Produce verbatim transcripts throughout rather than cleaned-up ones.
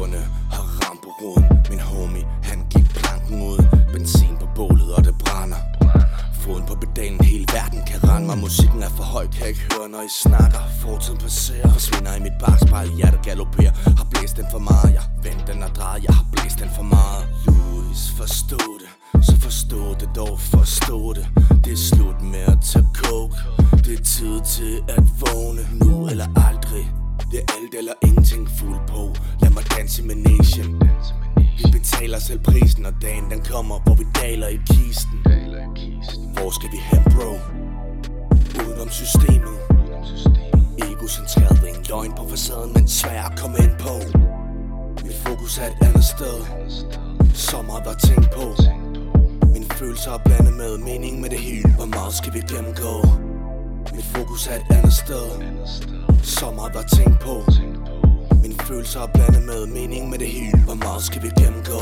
Tyverne har ramt på roden. Min homie, han gik planken ud. Benzin på bålet og det brænder. Foden på pedalen, hele verden kan rende mig. Musikken er for høj, kan ikke høre når I snakker. Fortiden passerer, forsvinder i mit bagspejl. Hjertet galopperer, har blæst den for meget. Jeg vendte den og drejet, jeg har blæst den for meget. Louis, forstå det, så forstå det dog, forstå det. Det er slut med at tage coke. Det er tid til at vågne, nu eller aldrig. Det er alt eller ingenting fuld på. Lad mig danse i managen. Vi betaler selv prisen, når dagen den kommer, hvor vi daler i kisten. Hvor skal vi hen, bro? Udenom systemet. Egocentreret, en løgn på facaden, men svær at komme ind på. Mit fokus er et andet sted, så meget at tænke på. Mine følelser er blandet med mening med det hele. Hvor meget skal vi gennemgå? Mit fokus er et andet sted, så meget at tænke på. Mine følelser er blandet med mening med det hele. Hvor meget skal vi gennemgå?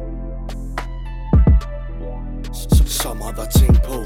Så, så meget at tænke på.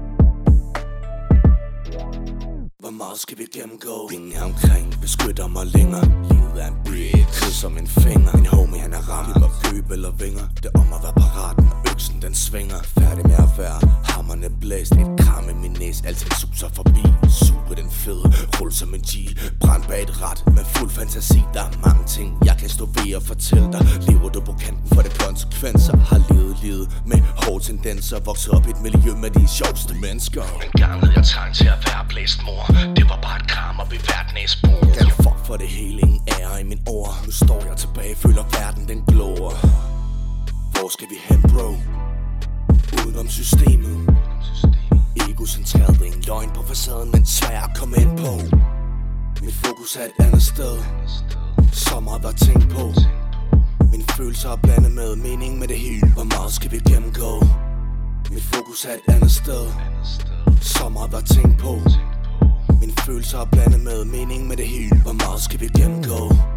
Hvor meget skal vi gennemgå? Ingen her omkring beskytter mig længere. Livet er en bitch, kysser min finger. Min homie han er ramt, hvor køb eller vinger. Det er om at være parat, når øksen den svinger. Færdig med at være hammerne blæst. Et kram i min næse, alting suser forbi. Super den fede, rulle som en G. Brænd bag et ret, med fuld fantasi. Der er mange ting, jeg kan stå ved og fortælle dig. Lever du på kanten for det konsekvenser? Har levet livet med hårde tendenser. Vokset op i et miljø med de sjoveste mennesker. Men gang havde jeg trang til at være blæst, mor. Det var bare et kram og vi hvert næsbord. Kan jeg fuck for det hele, ingen ære i mine ord. Nu står jeg tilbage, føler verden den glår. Hvor skal vi hen, bro? Udenom systemet. Egocentreret, en løgn på facaden, men svær at komme ind på. Mit fokus er et andet sted, så meget at tænke på. Mine følelser er blandet med mening med det hele. Hvor meget skal vi gennemgå? Mit fokus er et andet sted, så meget at tænke på. Mine følelser er blandet med mening med det hele. Hvor meget skal vi gennemgå?